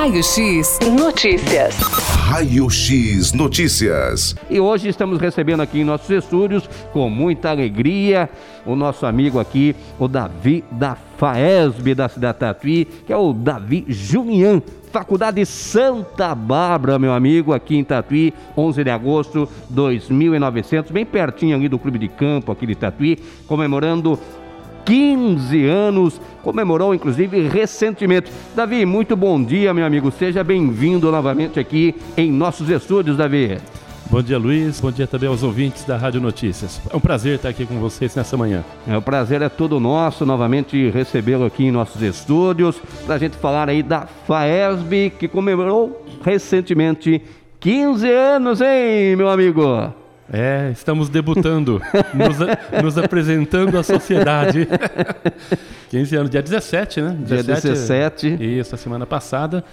Raio X Notícias. Raio X Notícias. E hoje estamos recebendo aqui em nossos estúdios, com muita alegria, o nosso amigo aqui, o Davi da FAESB da cidade de Tatuí, que é o Davi Julian, Faculdade Santa Bárbara, meu amigo, aqui em Tatuí, 11 de agosto de 2900, bem pertinho ali do Clube de Campo, aqui de Tatuí, comemorando 15 anos, comemorou inclusive recentemente. Davi, muito bom dia, meu amigo, seja bem-vindo novamente aqui em nossos estúdios, Davi. Bom dia, Luiz, bom dia também aos ouvintes da Rádio Notícias. É um prazer estar aqui com vocês nessa manhã. O prazer é todo nosso, novamente recebê-lo aqui em nossos estúdios, para a gente falar aí da FAESB, que comemorou recentemente 15 anos, hein, meu amigo? Estamos debutando, nos apresentando à sociedade. 15 anos, dia 17, né? Dia 17. Isso, a semana passada.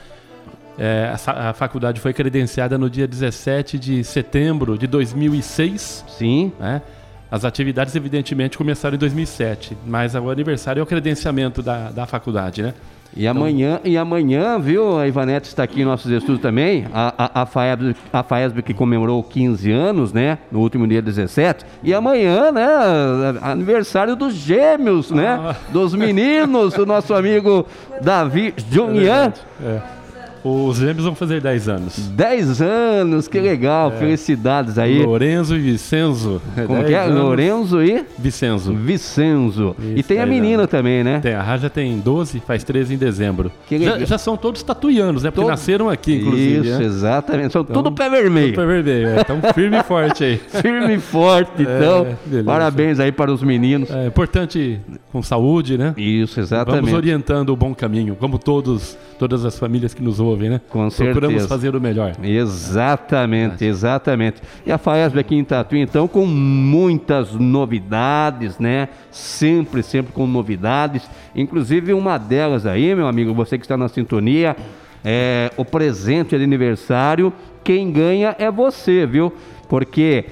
A faculdade foi credenciada no dia 17 de setembro de 2006. Sim. As atividades, evidentemente, começaram em 2007, mas o aniversário é o credenciamento da faculdade, né? E amanhã, viu, a Ivanete está aqui em nossos estudos também, a FAESB que comemorou 15 anos, né, no último dia 17, e amanhã, né, aniversário dos gêmeos, né, dos meninos, o nosso amigo Davi Julian. Os gêmeos vão fazer 10 anos. 10 anos, que legal, felicidades aí. Lorenzo e Vicenzo. Como que é? Lorenzo e? Vicenzo. Vicenzo. Isso, e tem a menina também, né? Tem, a Raja tem 12, faz 13 em dezembro. Já são todos tatuianos, né? Porque nasceram aqui, inclusive. Isso, né? exatamente. São tudo pé vermelho. Tudo pé vermelho, então firme e forte aí. Firme e forte, então. Parabéns aí para os meninos. É importante com saúde, né? Isso, exatamente. Vamos orientando o bom caminho, como todas as famílias que nos ouvem, né? Com certeza. Procuramos fazer o melhor. Exatamente, exatamente. E a FAESB aqui em Tatuí, então, com muitas novidades, né? Sempre com novidades. Inclusive uma delas aí, meu amigo, você que está na sintonia, o presente de aniversário, quem ganha é você, viu? Porque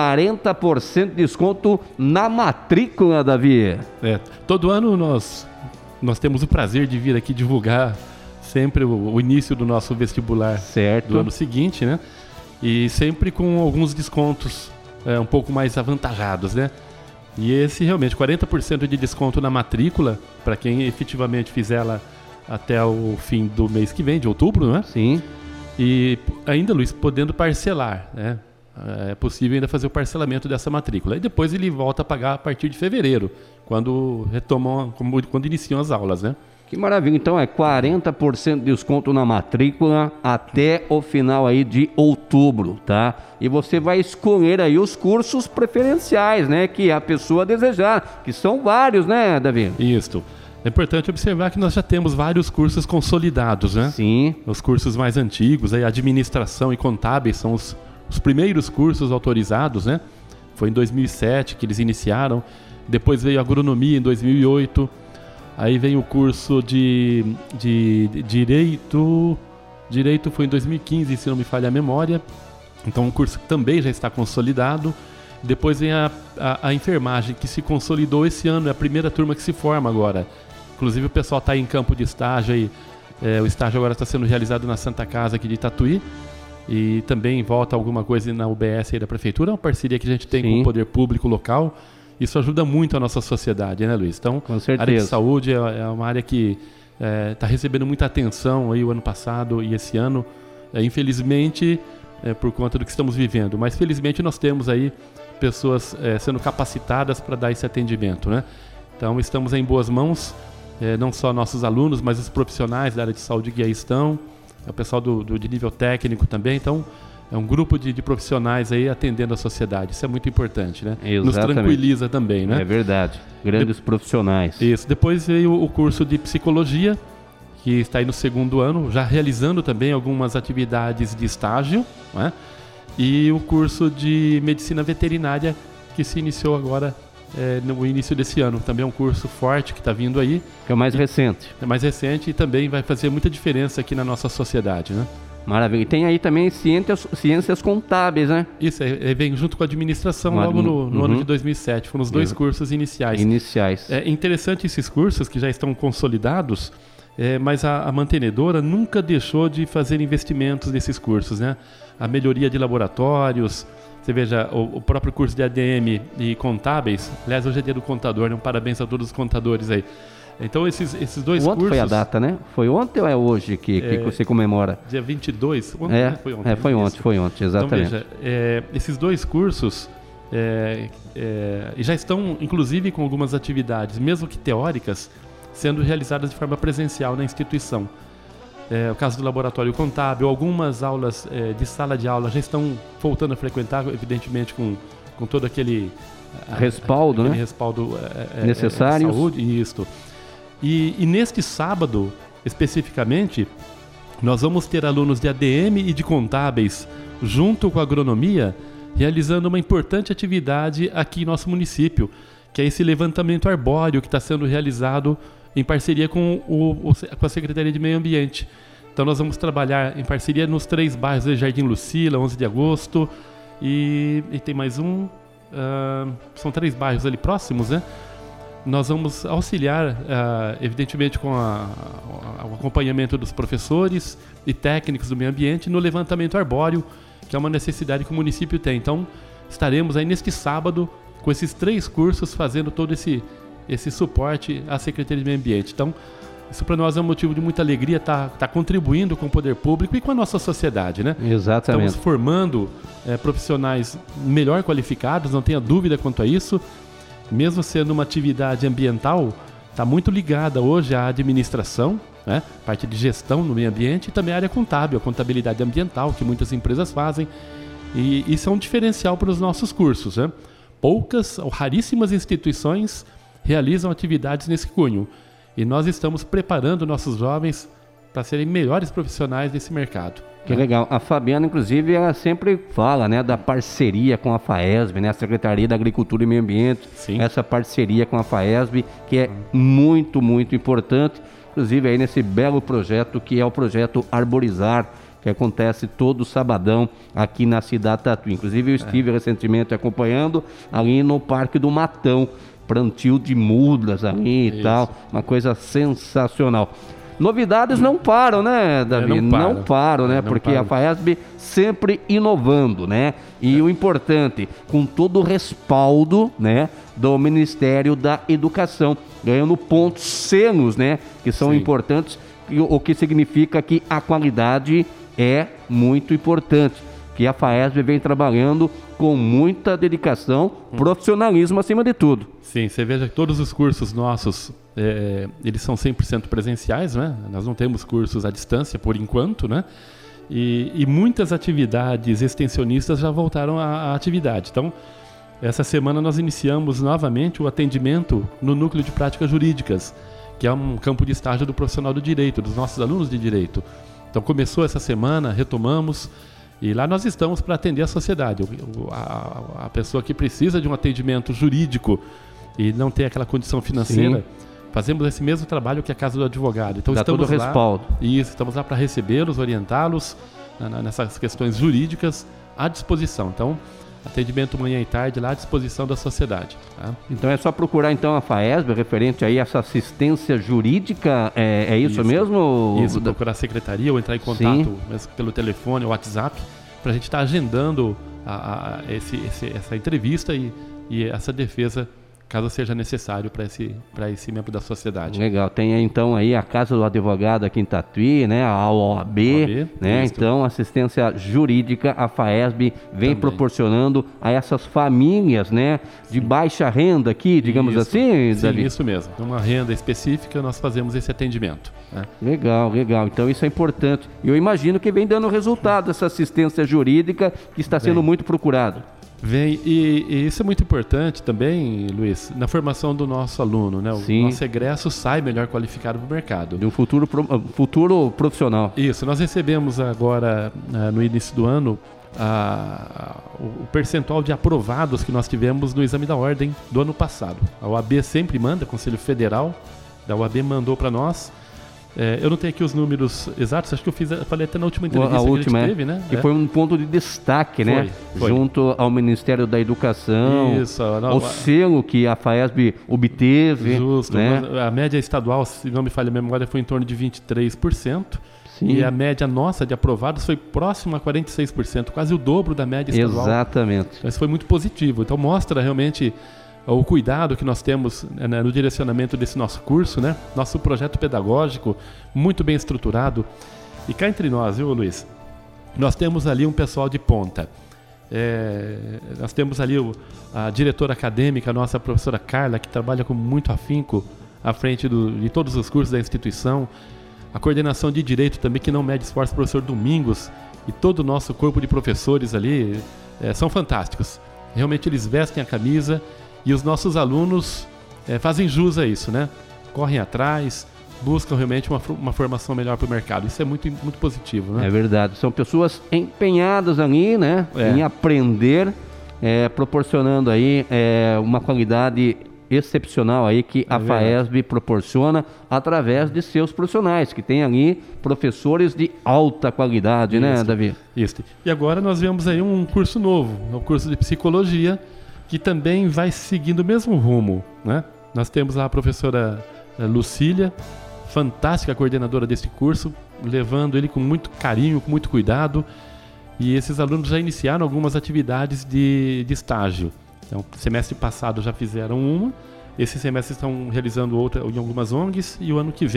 40% de desconto na matrícula, Davi. Todo ano nós temos o prazer de vir aqui divulgar sempre o início do nosso vestibular do ano seguinte, né? E sempre com alguns descontos um pouco mais avantajados, né? E esse realmente, 40% de desconto na matrícula, para quem efetivamente fizer ela até o fim do mês que vem, de outubro, né? Sim. E ainda, Luiz, podendo parcelar, né? É possível ainda fazer o parcelamento dessa matrícula. E depois ele volta a pagar a partir de fevereiro, quando iniciam as aulas, né? Que maravilha, então 40% de desconto na matrícula até o final aí de outubro, tá? E você vai escolher aí os cursos preferenciais, né? Que a pessoa desejar, que são vários, né, Davi? Isso. É importante observar que nós já temos vários cursos consolidados, né? Sim. Os cursos mais antigos, aí administração e contábeis são os primeiros cursos autorizados, né? Foi em 2007 que eles iniciaram. Depois veio a agronomia em 2008. Aí vem o curso de Direito. Direito foi em 2015, se não me falha a memória. Então um curso que também já está consolidado. Depois vem a enfermagem, que se consolidou esse ano. É a primeira turma que se forma agora. Inclusive o pessoal está em campo de estágio aí. O estágio agora está sendo realizado na Santa Casa aqui de Tatuí. E também volta alguma coisa na UBS aí da Prefeitura. É uma parceria que a gente tem com o poder público local. Isso ajuda muito a nossa sociedade, né, Luiz? Então, a área de saúde é uma área que está recebendo muita atenção aí o ano passado e esse ano, infelizmente, por conta do que estamos vivendo. Mas, felizmente, nós temos aí pessoas sendo capacitadas para dar esse atendimento, né? Então, estamos em boas mãos, não só nossos alunos, mas os profissionais da área de saúde que aí estão, o pessoal de nível técnico também. Então, é um grupo de profissionais aí atendendo a sociedade. Isso é muito importante, né? Exatamente. Nos tranquiliza também, né? É verdade. Grandes profissionais. Isso. Depois veio o curso de psicologia, que está aí no segundo ano, já realizando também algumas atividades de estágio, né? E o curso de medicina veterinária, que se iniciou agora no início desse ano. Também é um curso forte que está vindo aí. Que é o mais recente. É mais recente e também vai fazer muita diferença aqui na nossa sociedade, né? Maravilha. E tem aí também ciências contábeis, né? Isso, vem junto com a administração logo no ano de 2007. Foram os dois cursos iniciais. É interessante esses cursos que já estão consolidados. mas a mantenedora nunca deixou de fazer investimentos nesses cursos, né? A melhoria de laboratórios, você veja, o próprio curso de ADM e contábeis, aliás, hoje é dia do contador, né? Parabéns a todos os contadores aí. Então, esses dois cursos... Ontem foi a data, né? Foi ontem ou é hoje que você comemora? Dia 22? Ontem, né? Foi ontem. Foi ontem, exatamente. Então, veja, esses dois cursos já estão, inclusive, com algumas atividades, mesmo que teóricas, sendo realizadas de forma presencial na instituição. O caso do laboratório contábil, algumas aulas de sala de aula já estão voltando a frequentar, evidentemente com todo aquele respaldo, né? Respaldo necessário. Saúde, isso. E neste sábado, especificamente, nós vamos ter alunos de ADM e de contábeis, junto com a agronomia, realizando uma importante atividade aqui em nosso município, que é esse levantamento arbóreo que está sendo realizado em parceria com a Secretaria de Meio Ambiente. Então nós vamos trabalhar em parceria nos 3 bairros, Jardim Lucila, 11 de agosto e tem mais um, são 3 bairros ali próximos, né? Nós vamos auxiliar, evidentemente com o acompanhamento dos professores e técnicos do meio ambiente no levantamento arbóreo, que é uma necessidade que o município tem. Então estaremos aí neste sábado com esses 3 cursos fazendo todo esse suporte à Secretaria de Meio Ambiente. Então, isso para nós é um motivo de muita alegria, tá contribuindo com o poder público e com a nossa sociedade, né? Exatamente. Estamos formando profissionais melhor qualificados, não tenha dúvida quanto a isso. Mesmo sendo uma atividade ambiental, está muito ligada hoje à administração, né? Parte de gestão no meio ambiente e também a área contábil, a contabilidade ambiental, que muitas empresas fazem. E isso é um diferencial para os nossos cursos, né? Poucas ou raríssimas instituições realizam atividades nesse cunho. E nós estamos preparando nossos jovens para serem melhores profissionais desse mercado. Que legal. A Fabiana, inclusive, ela sempre fala, né, da parceria com a FAESB, né, a Secretaria da Agricultura e Meio Ambiente. Sim. Essa parceria com a FAESB, que é muito, muito importante. Inclusive aí nesse belo projeto que é o projeto Arborizar, que acontece todo sabadão aqui na cidade Tatuí. Inclusive eu estive recentemente acompanhando ali no Parque do Matão, plantio de mudas ali e tal, uma coisa sensacional. Novidades não param, né, Davi? Não param, né? Porque a FAESB sempre inovando, né? E o importante, com todo o respaldo, né, do Ministério da Educação, ganhando pontos, selos, né, que são importantes, o que significa que a qualidade é muito importante, que a FAESB vem trabalhando com muita dedicação, profissionalismo acima de tudo. Sim, você veja que todos os cursos nossos, eles são 100% presenciais, né? Nós não temos cursos à distância por enquanto, né? E muitas atividades extensionistas já voltaram à atividade. Então, essa semana nós iniciamos novamente o atendimento no Núcleo de Práticas Jurídicas, que é um campo de estágio do profissional do direito, dos nossos alunos de direito. Então, começou essa semana, retomamos, e lá nós estamos para atender a sociedade. A pessoa que precisa de um atendimento jurídico e não tem aquela condição financeira, sim, fazemos esse mesmo trabalho que a Casa do Advogado. Então, dá estamos todo o respaldo. Isso, estamos lá para recebê-los, orientá-los nessas questões jurídicas à disposição. Então, atendimento manhã e tarde lá à disposição da sociedade. Tá? Então é só procurar então a FAESB, referente aí a essa assistência jurídica, é isso mesmo? Isso, procurar a secretaria ou entrar em contato pelo telefone ou WhatsApp, para a gente estar agendando essa entrevista e essa defesa, caso seja necessário para esse membro da sociedade. Legal, tem então aí a Casa do Advogado aqui em Tatuí, né, a OAB, né, então assistência jurídica, a FAESB vem também proporcionando a essas famílias, né, de baixa renda aqui, digamos assim, Davi? Sim, isso mesmo, uma renda específica nós fazemos esse atendimento. Né? Legal, então isso é importante. Eu imagino que vem dando resultado essa assistência jurídica que está sendo muito procurado. Vem, e isso é muito importante também, Luiz, na formação do nosso aluno, né? O nosso egresso sai melhor qualificado para o mercado. De um futuro profissional. Isso, nós recebemos agora, no início do ano, o percentual de aprovados que nós tivemos no exame da ordem do ano passado. A OAB sempre manda, Conselho Federal da OAB mandou para nós, Eu não tenho aqui os números exatos, acho que falei até na última entrevista a última, que a gente teve, né? Que foi um ponto de destaque, né? Foi. Junto ao Ministério da Educação, Isso, o selo que a FAESB obteve. Justo, né? A média estadual, se não me falha a memória, foi em torno de 23%. Sim. E a média nossa de aprovados foi próxima a 46%, quase o dobro da média estadual. Exatamente. Mas foi muito positivo. Então mostra realmente o cuidado que nós temos, né, no direcionamento desse nosso curso, né? Nosso projeto pedagógico muito bem estruturado. E cá entre nós, viu, Luiz? Nós temos ali um pessoal de ponta. Nós temos ali a diretora acadêmica, nossa professora Carla, que trabalha com muito afinco à frente de todos os cursos da instituição. A coordenação de Direito também, que não mede esforço, professor Domingos, e todo o nosso corpo de professores ali são fantásticos. Realmente eles vestem a camisa e os nossos alunos fazem jus a isso, né? Correm atrás, buscam realmente uma formação melhor para o mercado. Isso é muito, muito positivo, né? É verdade. São pessoas empenhadas ali, né? Em aprender, proporcionando aí uma qualidade excepcional aí que a FAESB proporciona através de seus profissionais, que tem ali professores de alta qualidade, né, Davi? Isso. E agora nós vemos aí um curso novo, o curso de Psicologia, que também vai seguindo o mesmo rumo, né? Nós temos a professora Lucília, fantástica coordenadora desse curso, levando ele com muito carinho, com muito cuidado, e esses alunos já iniciaram algumas atividades de estágio. Então, semestre passado já fizeram uma, esse semestre estão realizando outra em algumas ONGs, e o ano que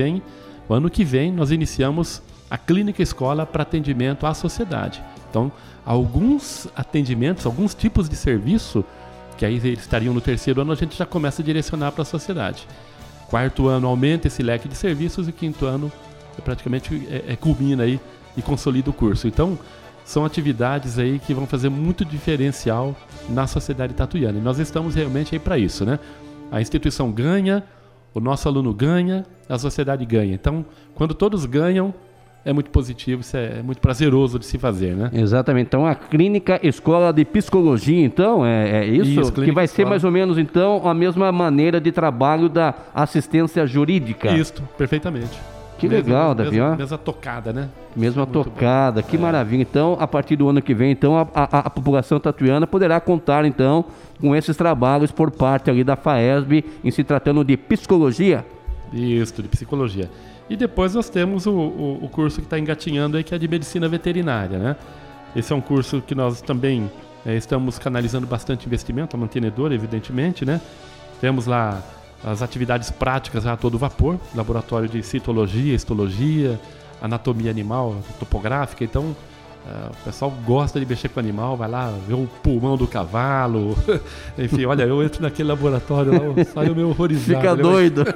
vem nós iniciamos a Clínica Escola para atendimento à sociedade. Então, alguns atendimentos, alguns tipos de serviço, que aí eles estariam no terceiro ano, a gente já começa a direcionar para a sociedade. Quarto ano aumenta esse leque de serviços e quinto ano praticamente culmina aí e consolida o curso. Então, são atividades aí que vão fazer muito diferencial na sociedade tatuiana. E nós estamos realmente aí para isso, né? A instituição ganha, o nosso aluno ganha, a sociedade ganha. Então, quando todos ganham, é muito positivo, isso é muito prazeroso de se fazer, né? Exatamente. Então, a Clínica Escola de Psicologia, então, é isso que vai ser mais ou menos, então, a mesma maneira de trabalho da assistência jurídica. Isso, perfeitamente. Que legal, Davi. Mesma tocada, né? Mesma tocada, que maravilha. Então, a partir do ano que vem, então, a população tatuiana poderá contar, então, com esses trabalhos por parte ali da FAESB em se tratando de psicologia. Isso, de psicologia. E depois nós temos o curso que está engatinhando aí, que é de medicina veterinária, né? Esse é um curso que nós também estamos canalizando bastante investimento, a mantenedora, evidentemente, né? Temos lá as atividades práticas a todo vapor, laboratório de citologia, histologia, anatomia animal, topográfica. Então, o pessoal gosta de mexer com o animal, vai lá ver o pulmão do cavalo. Enfim, olha, eu entro naquele laboratório lá, eu saio meio horrorizado. Fica doido.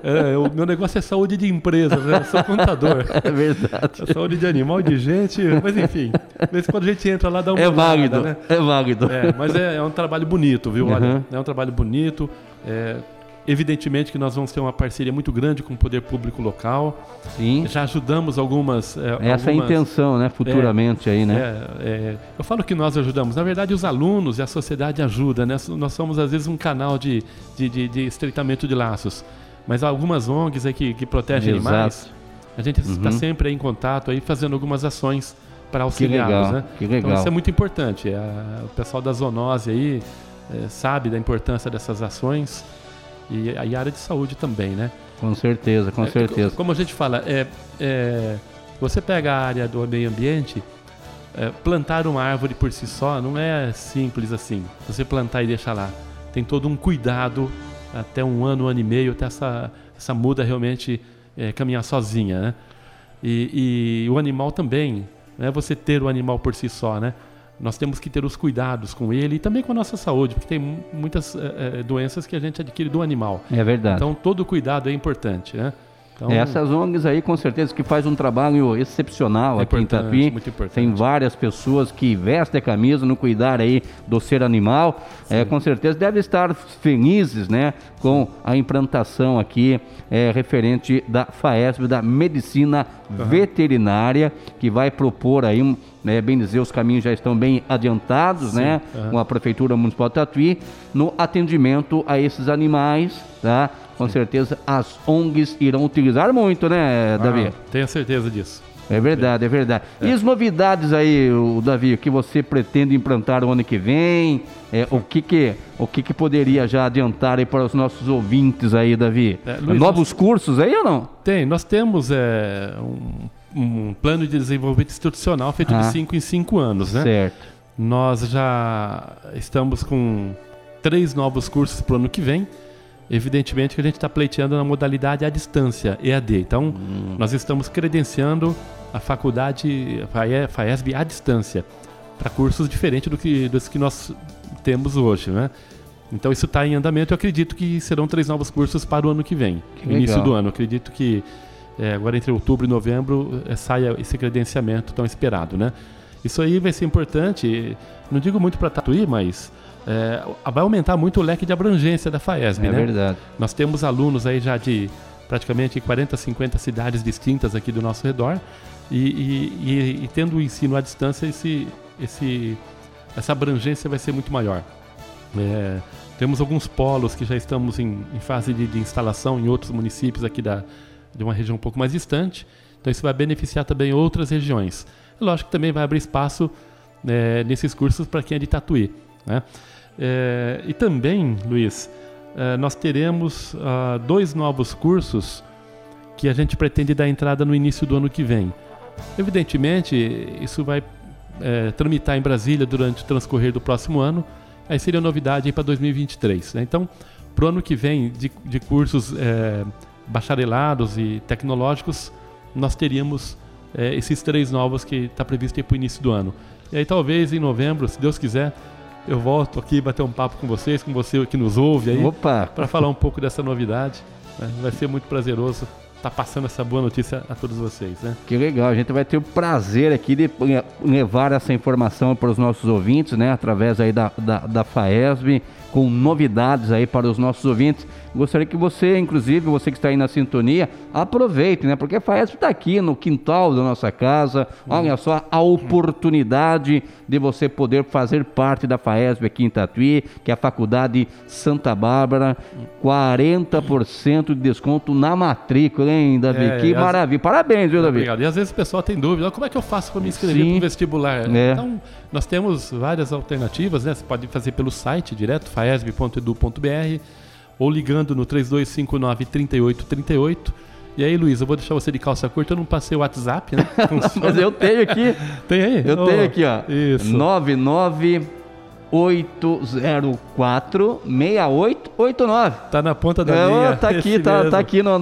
O meu negócio é saúde de empresas, né? Eu sou contador. É verdade. Saúde de animal, de gente, mas enfim. Mas quando a gente entra lá, dá uma olhada, válido, né? É válido. Mas é um trabalho bonito, viu? Olha, é um trabalho bonito. Evidentemente que nós vamos ter uma parceria muito grande com o poder público local. Sim. Já ajudamos algumas... Essa é a intenção, né? Futuramente aí, né? Eu falo que nós ajudamos. Na verdade, os alunos e a sociedade ajudam, né? Nós somos, às vezes, um canal de estreitamento de laços. Mas algumas ONGs aí que protegem animais, a gente está sempre aí em contato, aí, fazendo algumas ações para auxiliá-los, né? Que legal. Então, isso é muito importante. O pessoal da zoonose aí sabe da importância dessas ações. E a área de saúde também, né? Com certeza, com certeza. Como a gente fala, você pega a área do meio ambiente, plantar uma árvore por si só não é simples assim. Você plantar e deixar lá. Tem todo um cuidado até um ano e meio, até essa muda realmente caminhar sozinha, né? E o animal também, não é você ter o animal por si só, né? Nós temos que ter os cuidados com ele e também com a nossa saúde, porque tem muitas doenças que a gente adquire do animal. É verdade. Então, todo cuidado é importante, né? Então, essas ONGs aí, com certeza, que faz um trabalho excepcional aqui em Tatuí. Muito importante. Tem várias pessoas que vestem a camisa no cuidar aí do ser animal. Com certeza devem estar felizes, né, com a implantação aqui referente da FAESB, da medicina veterinária, que vai propor aí, bem dizer, os caminhos já estão bem adiantados, com a Prefeitura Municipal de Tatuí, no atendimento a esses animais, tá? com certeza as ONGs irão utilizar muito, né, Davi? Tenho certeza disso. É verdade, é verdade. E as novidades aí, Davi, que você pretende implantar o ano que vem? O que poderia já adiantar aí para os nossos ouvintes aí, Davi? Luiz, novos cursos aí ou não? Nós temos um plano de desenvolvimento institucional feito de 5 em 5 anos, né? Certo. Nós já estamos com 3 novos cursos para o ano que vem. Evidentemente que a gente está pleiteando na modalidade à distância, EAD. Então, nós estamos credenciando a faculdade FAESB à distância para cursos diferentes dos que nós temos hoje, né? Então, isso está em andamento. Eu acredito que serão 3 novos cursos para o ano que vem, no início do ano. Eu acredito que agora entre outubro e novembro saia esse credenciamento tão esperado, né? Isso aí vai ser importante, não digo muito para Tatuí, mas vai aumentar muito o leque de abrangência da FAESB, né? É verdade. Nós temos alunos aí já de praticamente 40, 50 cidades distintas aqui do nosso redor e tendo o ensino à distância, essa abrangência vai ser muito maior. Temos alguns polos que já estamos em fase de instalação em outros municípios aqui de uma região um pouco mais distante, então isso vai beneficiar também outras regiões. Lógico que também vai abrir espaço nesses cursos para quem é de Tatuí, né? E também, Luiz, nós teremos 2 novos cursos que a gente pretende dar entrada no início do ano que vem. Evidentemente, isso vai tramitar em Brasília durante o transcorrer do próximo ano, aí seria novidade para 2023, né? Então, para o ano que vem, de cursos bacharelados e tecnológicos, nós teríamos esses 3 novos que está previsto para o início do ano. E aí talvez em novembro, se Deus quiser, eu volto aqui bater um papo com você que nos ouve aí, para falar um pouco dessa novidade, né? Vai ser muito prazeroso estar passando essa boa notícia a todos vocês, né? Que legal, a gente vai ter o prazer aqui de levar essa informação para os nossos ouvintes, né? Através aí da FAESB, com novidades aí para os nossos ouvintes. Gostaria que você, inclusive, você que está aí na sintonia, aproveite, né? Porque a FAESB está aqui no quintal da nossa casa. Olha só a oportunidade de você poder fazer parte da FAESB aqui em Tatuí, que é a Faculdade Santa Bárbara. 40% de desconto na matrícula, hein, Davi? Que maravilha. Parabéns, viu, Davi? Obrigado. E às vezes o pessoal tem dúvida, como é que eu faço para me inscrever para o vestibular? Então, nós temos várias alternativas, né? Você pode fazer pelo site direto, faesb.edu.br, ou ligando no 3259-3838. E aí, Luiz, eu vou deixar você de calça curta, eu não passei o WhatsApp, né? Mas eu tenho aqui. Tem aí? Eu tenho aqui, ó. Isso. 99804-6889. Tá na ponta da linha. Tá aqui no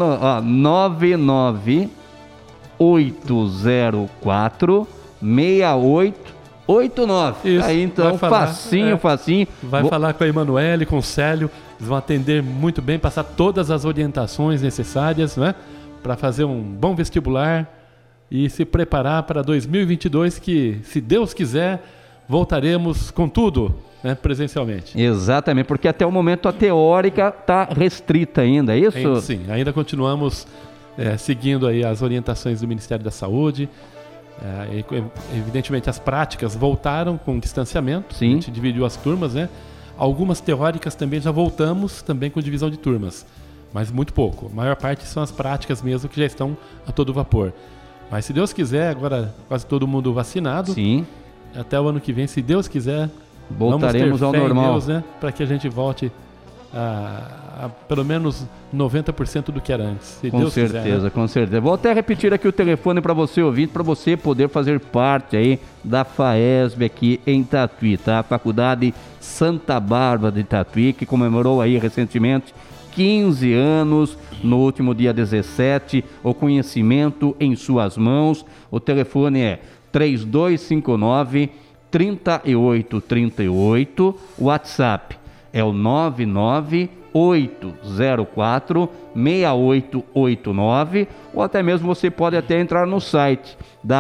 99804-6889. Isso, aí então, facinho. Vai falar com a Emanuele, com o Célio, eles vão atender muito bem, passar todas as orientações necessárias, né, para fazer um bom vestibular e se preparar para 2022, que, se Deus quiser, voltaremos com tudo, né, presencialmente. Exatamente, porque até o momento a teórica está restrita ainda, é isso? Sim, ainda continuamos seguindo aí as orientações do Ministério da Saúde. Evidentemente as práticas voltaram com distanciamento. Sim. A gente dividiu as turmas, né? Algumas teóricas também já voltamos, também com divisão de turmas, mas muito pouco. A maior parte são as práticas mesmo, que já estão a todo vapor. Mas se Deus quiser, agora quase todo mundo vacinado. Sim. Até o ano que vem, se Deus quiser, voltaremos ao normal, Deus, né? Para que a gente volte a pelo menos 90% do que era antes, se com Deus certeza, quiser, né? Com certeza. Vou até repetir aqui o telefone para você ouvir, para você poder fazer parte aí da FAESB aqui em Tatuí, tá? A Faculdade Santa Bárbara de Tatuí, que comemorou aí recentemente 15 anos, no último dia 17, o conhecimento em suas mãos. O telefone é 3259-3838, o WhatsApp é o 99804-6889, ou até mesmo você pode até entrar no site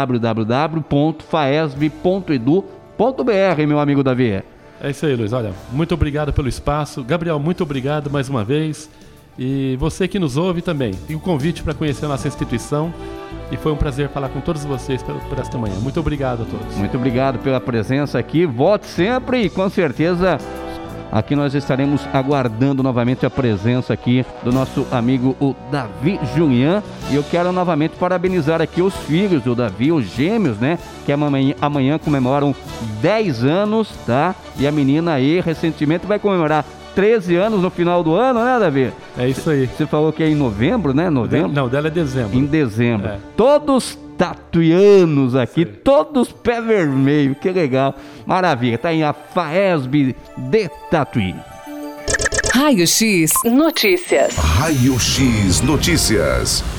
www.faesb.edu.br, meu amigo Davi. É isso aí, Luiz. Olha, muito obrigado pelo espaço. Gabriel, muito obrigado mais uma vez. E você que nos ouve também, tem um convite para conhecer a nossa instituição. E foi um prazer falar com todos vocês por esta manhã. Muito obrigado a todos. Muito obrigado pela presença aqui. Volte sempre e com certeza aqui nós estaremos aguardando novamente a presença aqui do nosso amigo, o Davi Julian. E eu quero novamente parabenizar aqui os filhos do Davi, os gêmeos, né? Que amanhã comemoram 10 anos, tá? E a menina aí, recentemente, vai comemorar 13 anos no final do ano, né, Davi? É isso aí. Você falou que é em novembro, né? Novembro? Não, dela é dezembro. Em dezembro. É. Todos tatuianos aqui, todos pé vermelho, que legal. Maravilha, tá aí a FAESB de Tatuí. Raio X Notícias. Raio X Notícias.